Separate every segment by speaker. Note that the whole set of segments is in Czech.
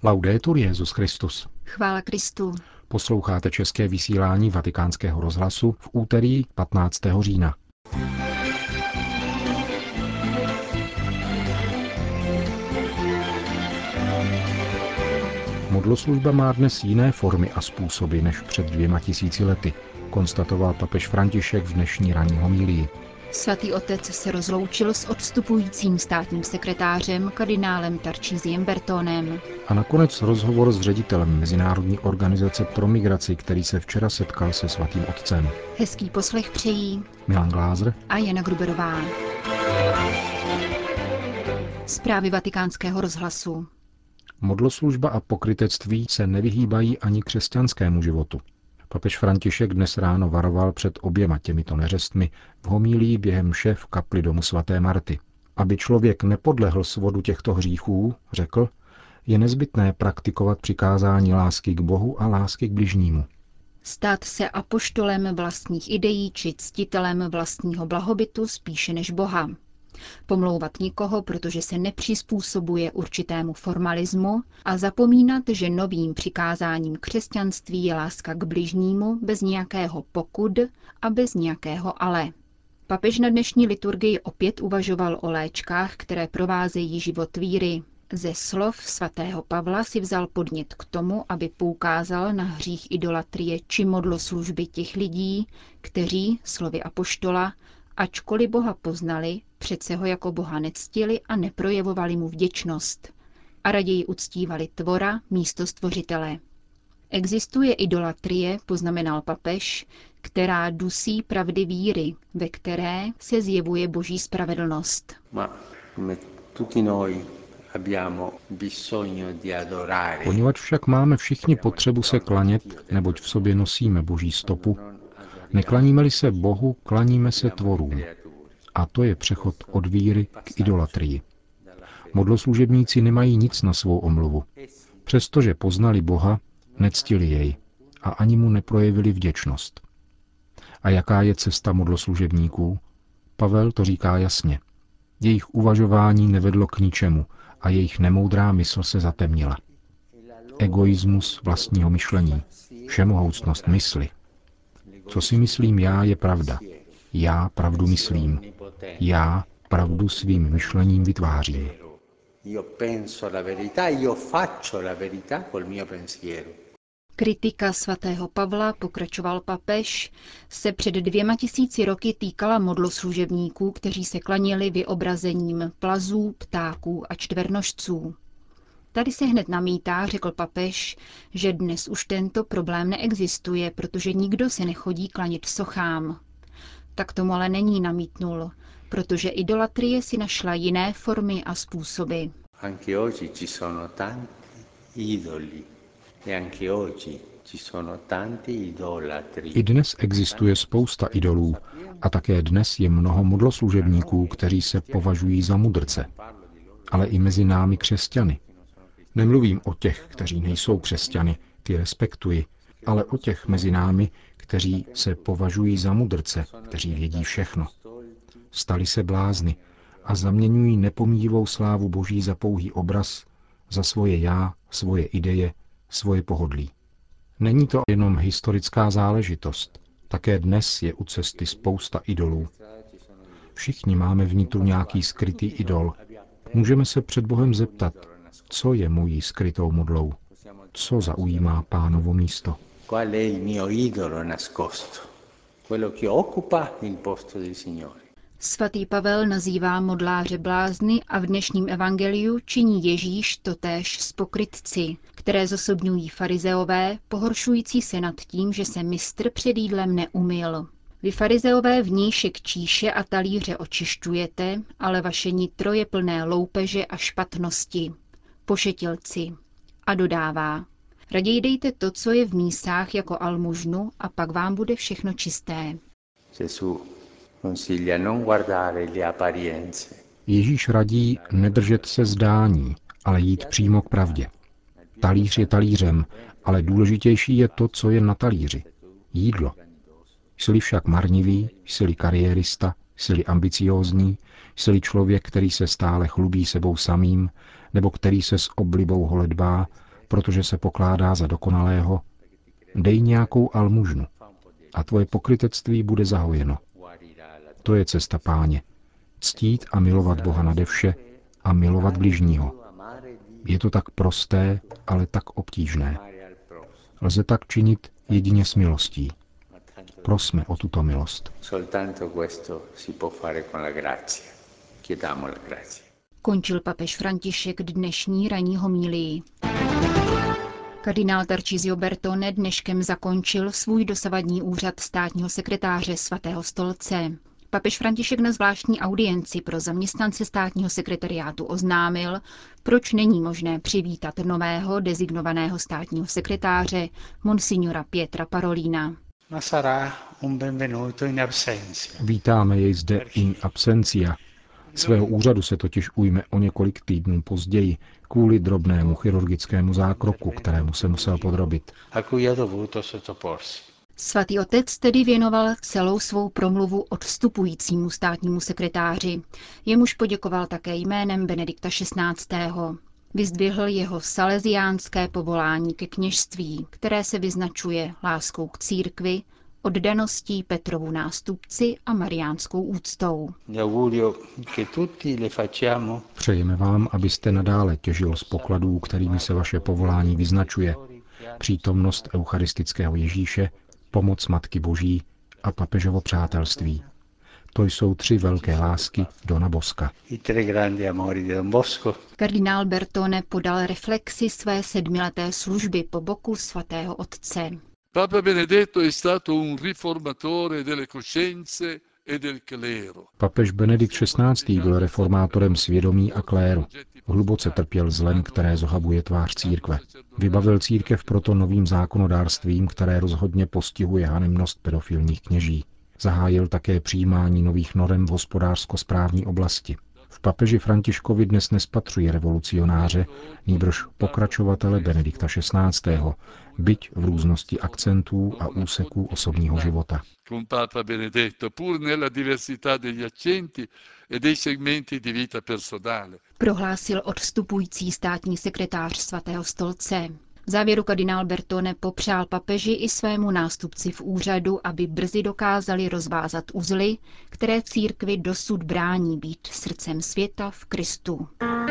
Speaker 1: Laudetur Jesus Christus.
Speaker 2: Chvála Kristu.
Speaker 1: Posloucháte české vysílání Vatikánského rozhlasu v úterý 15. října. Modloslužba má dnes jiné formy a způsoby než před 2000 lety, konstatoval papež František v dnešní ranní homilii.
Speaker 2: Svatý otec se rozloučil s odstupujícím státním sekretářem kardinálem Tarcísiem Bertonem.
Speaker 1: A nakonec rozhovor s ředitelem Mezinárodní organizace pro migraci, který se včera setkal se svatým otcem.
Speaker 2: Hezký poslech přejí
Speaker 1: Milan Glázer
Speaker 2: a Jana Gruberová. Zprávy Vatikánského rozhlasu.
Speaker 1: Modloslužba a pokrytectví se nevyhýbají ani křesťanskému životu. Papež František dnes ráno varoval před oběma těmito neřestmi v homilii během mše v kapli domu svaté Marty. Aby člověk nepodlehl svodu těchto hříchů, řekl, je nezbytné praktikovat přikázání lásky k Bohu a lásky k bližnímu.
Speaker 2: Stát se apoštolem vlastních ideí či ctitelem vlastního blahobytu spíše než Boha. Pomlouvat nikoho, protože se nepřizpůsobuje určitému formalismu a zapomínat, že novým přikázáním křesťanství je láska k bližnímu bez nějakého pokud a bez nějakého ale. Papež na dnešní liturgii opět uvažoval o léčkách, které provázejí život víry. Ze slov svatého Pavla si vzal podnět k tomu, aby poukázal na hřích idolatrie či modloslužby těch lidí, kteří, slovy apoštola, ačkoliv Boha poznali, přece ho jako Boha nectili a neprojevovali mu vděčnost. A raději uctívali tvora místo stvořitele. Existuje idolatrie, poznamenal papež, která dusí pravdy víry, ve které se zjevuje boží spravedlnost.
Speaker 1: Poněvadž však máme všichni potřebu se klanět, neboť v sobě nosíme boží stopu, neklaníme-li se Bohu, klaníme se tvorům. A to je přechod od víry k idolatrii. Modloslužebníci nemají nic na svou omluvu. Přestože poznali Boha, nectili jej a ani mu neprojevili vděčnost. A jaká je cesta modloslužebníků? Pavel to říká jasně. Jejich uvažování nevedlo k ničemu a jejich nemoudrá mysl se zatemnila. Egoismus vlastního myšlení, všemohoucnost mysli. Co si myslím já, je pravda. Já pravdu myslím. Já pravdu svým myšlením vytvářím.
Speaker 2: Kritika svatého Pavla, pokračoval papež, se před 2000 roky týkala modloslužebníků, kteří se klanili vyobrazením plazů, ptáků a čtvernožců. Tady se hned namítá, řekl papež, že dnes už tento problém neexistuje, protože nikdo se nechodí klanit sochám. Tak tomu ale není, namítnul, protože idolatrie si našla jiné formy a způsoby.
Speaker 1: I dnes existuje spousta idolů a také dnes je mnoho modloslužebníků, kteří se považují za mudrce. Ale i mezi námi křesťany. Nemluvím o těch, kteří nejsou křesťany, ty respektuji, ale o těch mezi námi, kteří se považují za mudrce, kteří vědí všechno. Stali se blázny a zaměňují nepomíjivou slávu Boží za pouhý obraz, za svoje já, svoje ideje, svoje pohodlí. Není to jenom historická záležitost. Také dnes je u cesty spousta idolů. Všichni máme vnitru nějaký skrytý idol. Můžeme se před Bohem zeptat, co je mojí skrytou modlou, co zaujímá Pánovo místo.
Speaker 2: Svatý Pavel nazývá modláře blázny a v dnešním evangeliu činí Ježíš totéž s pokrytci, které zosobňují farizeové, pohoršující se nad tím, že se mistr před jídlem neumyl. Vy farizeové vnějšek číše a talíře očišťujete, ale vaše nitro je plné loupeže a špatnosti. Pošetilci. A dodává, raději dejte to, co je v mísách jako almužnu a pak vám bude všechno čisté.
Speaker 1: Ježíš radí nedržet se zdání, ale jít přímo k pravdě. Talíř je talířem, ale důležitější je to, co je na talíři. Jídlo. Jsi-li však marnivý, jsi-li kariérista, jsi-li ambiciózní, jsi-li člověk, který se stále chlubí sebou samým, nebo který se s oblibou holedbá, protože se pokládá za dokonalého, dej nějakou almužnu a tvoje pokrytectví bude zahojeno. To je cesta Páně. Ctít a milovat Boha nade vše a milovat bližního. Je to tak prosté, ale tak obtížné. Lze tak činit jedině s milostí. Prosme o tuto milost.
Speaker 2: Končil papež František dnešní ranní homílii. Kardinál Tarcisio Bertone dneškem zakončil svůj dosavadní úřad státního sekretáře Svatého stolce. Papež František na zvláštní audienci pro zaměstnance státního sekretariátu oznámil, proč není možné přivítat nového designovaného státního sekretáře, monsignora Pietra Parolina.
Speaker 1: Vítáme jej zde in absentia. Svého úřadu se totiž ujme o několik týdnů později kvůli drobnému chirurgickému zákroku, kterému se musel podrobit.
Speaker 2: Svatý otec tedy věnoval celou svou promluvu odstupujícímu státnímu sekretáři. Jemuž poděkoval také jménem Benedikta XVI. Vyzdvihl jeho salesiánské povolání ke kněžství, které se vyznačuje láskou k církvi, oddaností Petrovu nástupci a mariánskou úctou.
Speaker 1: Přejeme vám, abyste nadále těžil z pokladů, kterými se vaše povolání vyznačuje. Přítomnost eucharistického Ježíše, pomoc Matky Boží a papežovo přátelství. To jsou 3 velké lásky Dona Bosca.
Speaker 2: Kardinál Bertone podal reflexi své 7leté služby po boku svatého otce.
Speaker 3: Papa Benedetto è stato un riformatore delle coscienze e del clero.
Speaker 1: Papež Benedikt XVI. Byl reformátorem svědomí a kléru. Hluboce trpěl zlem, které zohabuje tvář církve. Vybavil církev proto novým zákonodárstvím, které rozhodně postihuje hanebnost pedofilních kněží. Zahájil také přijímání nových norem v hospodářsko-správní oblasti. V papeži Františkovi dnes nespatřuje revolucionáře, nýbrž pokračovatele Benedikta XVI., byť v různosti akcentů a úseků osobního života.
Speaker 2: Prohlásil odstupující státní sekretář Svatého stolce. V závěru kardinál Bertone popřál papeži i svému nástupci v úřadu, aby brzy dokázali rozvázat uzly, které církvi dosud brání být srdcem světa v Kristu.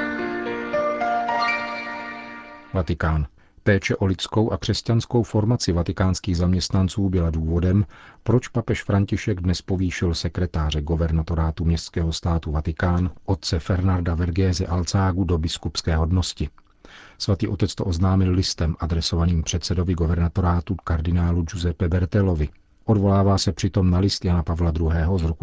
Speaker 1: Vatikán. Péče o lidskou a křesťanskou formaci vatikánských zaměstnanců byla důvodem, proč papež František dnes povýšil sekretáře guvernatorátu městského státu Vatikán, otce Fernanda Verghese Alzagu, do biskupské hodnosti. Svatý otec to oznámil listem adresovaným předsedovi guvernatorátu kardinálu Giuseppe Bertellovi. Odvolává se přitom na list Jana Pavla II. Z roku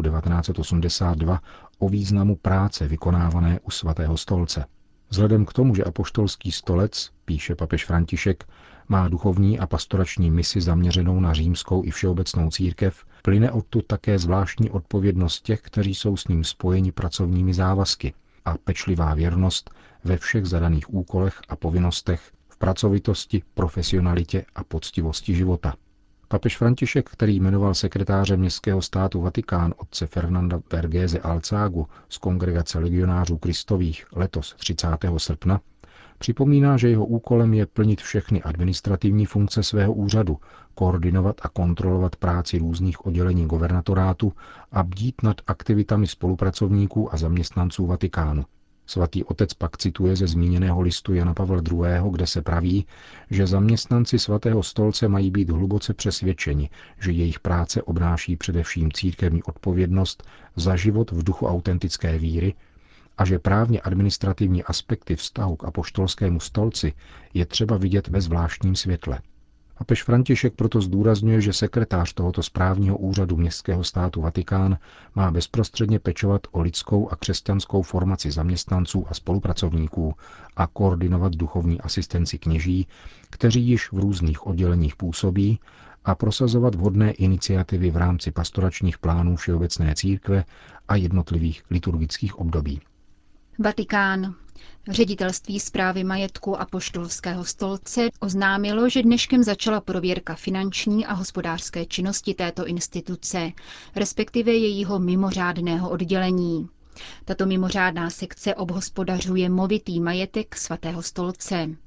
Speaker 1: 1982 o významu práce vykonávané u Svatého stolce. Vzhledem k tomu, že apoštolský stolec, píše papež František, má duchovní a pastorační misi zaměřenou na římskou i všeobecnou církev, plyne odtud také zvláštní odpovědnost těch, kteří jsou s ním spojeni pracovními závazky, a pečlivá věrnost ve všech zadaných úkolech a povinnostech, v pracovitosti, profesionalitě a poctivosti života. Papež František, který jmenoval sekretáře městského státu Vatikán otce Fernanda Verghese Alzagu z kongregace legionářů Kristových letos 30. srpna, připomíná, že jeho úkolem je plnit všechny administrativní funkce svého úřadu, koordinovat a kontrolovat práci různých oddělení guvernatorátu a bdít nad aktivitami spolupracovníků a zaměstnanců Vatikánu. Svatý otec pak cituje ze zmíněného listu Jana Pavla II., kde se praví, že zaměstnanci Svatého stolce mají být hluboce přesvědčeni, že jejich práce obnáší především církevní odpovědnost za život v duchu autentické víry a že právně administrativní aspekty vztahu k apoštolskému stolci je třeba vidět ve zvláštním světle. Papež František proto zdůrazňuje, že sekretář tohoto správního úřadu městského státu Vatikán má bezprostředně pečovat o lidskou a křesťanskou formaci zaměstnanců a spolupracovníků a koordinovat duchovní asistenci kněží, kteří již v různých odděleních působí, a prosazovat vhodné iniciativy v rámci pastoračních plánů Všeobecné církve a jednotlivých liturgických období.
Speaker 2: Vatikán. Ředitelství správy majetku apoštolského stolce oznámilo, že dneškem začala prověrka finanční a hospodářské činnosti této instituce, respektive jejího mimořádného oddělení. Tato mimořádná sekce obhospodařuje movitý majetek Svatého stolce.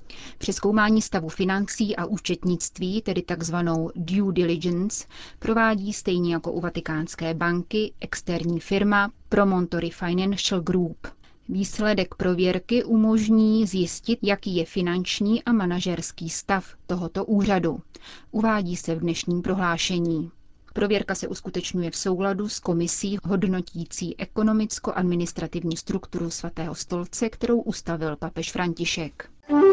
Speaker 2: Přezkoumání stavu financí a účetnictví, tedy takzvanou due diligence, provádí stejně jako u Vatikánské banky externí firma Promontory Financial Group. Výsledek prověrky umožní zjistit, jaký je finanční a manažerský stav tohoto úřadu. Uvádí se v dnešním prohlášení. Prověrka se uskutečňuje v souladu s komisí hodnotící ekonomicko-administrativní strukturu Svatého stolce, kterou ustavil papež František.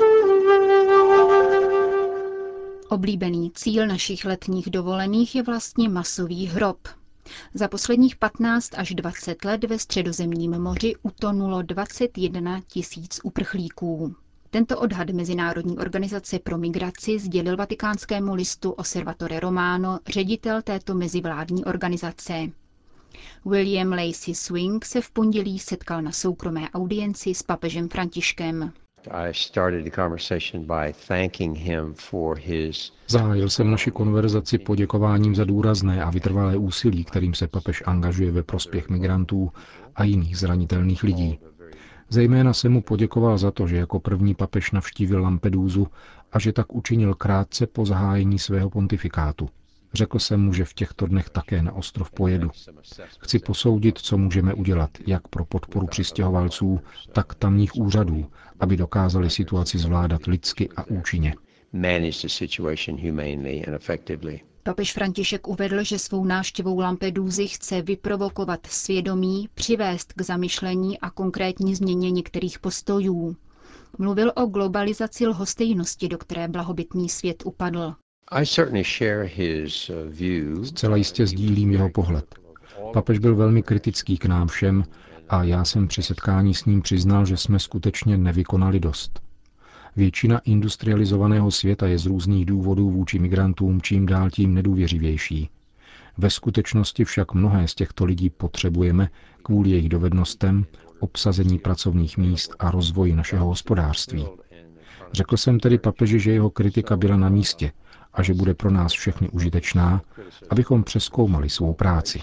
Speaker 2: Oblíbený cíl našich letních dovolených je vlastně masový hrob. Za posledních 15 až 20 let ve Středozemním moři utonulo 21 000 uprchlíků. Tento odhad Mezinárodní organizace pro migraci sdělil Vatikánskému listu Osservatore Romano ředitel této mezivládní organizace. William Lacy Swing se v pondělí setkal na soukromé audienci s papežem Františkem.
Speaker 1: Zahájil jsem naši konverzaci poděkováním za důrazné a vytrvalé úsilí, kterým se papež angažuje ve prospěch migrantů a jiných zranitelných lidí. Zejména jsem mu poděkoval za to, že jako první papež navštívil Lampedúzu a že tak učinil krátce po zahájení svého pontifikátu. Řekl jsem mu, že v těchto dnech také na ostrov pojedu. Chci posoudit, co můžeme udělat, jak pro podporu přistěhovalců, tak tamních úřadů, aby dokázali situaci zvládat lidsky a účinně.
Speaker 2: Papež František uvedl, že svou návštěvou Lampedúzy chce vyprovokovat svědomí, přivést k zamyšlení a konkrétní změně některých postojů. Mluvil o globalizaci lhostejnosti, do které blahobytný svět upadl.
Speaker 1: Zcela jistě sdílím jeho pohled. Papež byl velmi kritický k nám všem a já jsem při setkání s ním přiznal, že jsme skutečně nevykonali dost. Většina industrializovaného světa je z různých důvodů vůči migrantům čím dál tím nedůvěřivější. Ve skutečnosti však mnohé z těchto lidí potřebujeme kvůli jejich dovednostem, obsazení pracovních míst a rozvoji našeho hospodářství. Řekl jsem tedy papeži, že jeho kritika byla na místě a že bude pro nás všechny užitečná, abychom přezkoumali svou práci.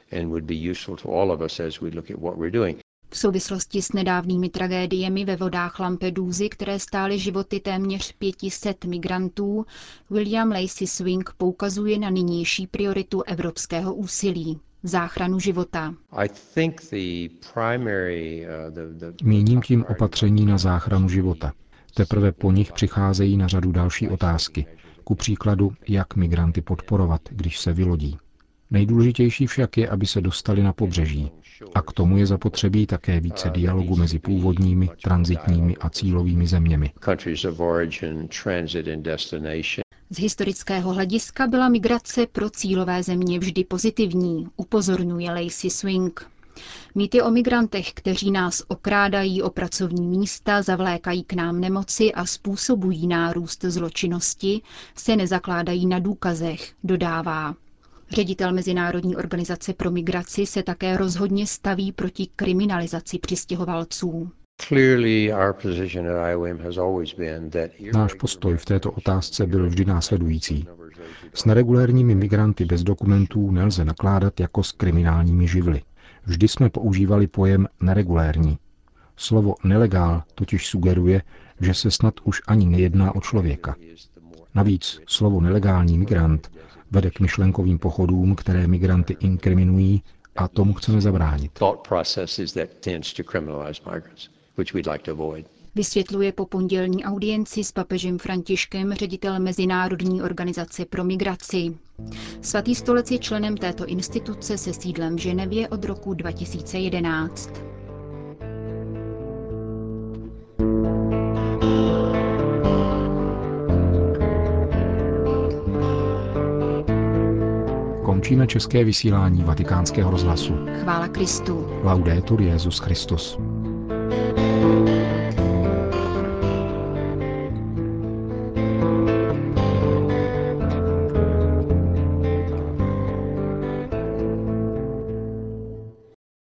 Speaker 2: V souvislosti s nedávnými tragédiemi ve vodách Lampedúzy, které stály životy téměř 500 migrantů, William Lacy Swing poukazuje na nynější prioritu evropského úsilí – záchranu života.
Speaker 1: Míním tím opatření na záchranu života. Teprve po nich přicházejí na řadu další otázky. Ku příkladu, jak migranty podporovat, když se vylodí. Nejdůležitější však je, aby se dostali na pobřeží. A k tomu je zapotřebí také více dialogu mezi původními, tranzitními a cílovými zeměmi.
Speaker 2: Z historického hlediska byla migrace pro cílové země vždy pozitivní, upozorňuje Lacy Swing. Mýty o migrantech, kteří nás okrádají o pracovní místa, zavlékají k nám nemoci a způsobují nárůst zločinnosti, se nezakládají na důkazech, dodává. Ředitel Mezinárodní organizace pro migraci se také rozhodně staví proti kriminalizaci přistěhovalců.
Speaker 1: Náš postoj v této otázce byl vždy následující. S neregulérními migranty bez dokumentů nelze nakládat jako s kriminálními živly. Vždy jsme používali pojem neregulérní. Slovo nelegál totiž sugeruje, že se snad už ani nejedná o člověka. Navíc slovo nelegální migrant vede k myšlenkovým pochodům, které migranty inkriminují, a tomu chceme zabránit.
Speaker 2: Vysvětluje po pondělní audienci s papežem Františkem ředitel Mezinárodní organizace pro migraci. Svatý stolec je členem této instituce se sídlem v Ženevě od roku 2011.
Speaker 1: Končíme české vysílání Vatikánského rozhlasu.
Speaker 2: Chvála Kristu.
Speaker 1: Laudetur Jesus Christus.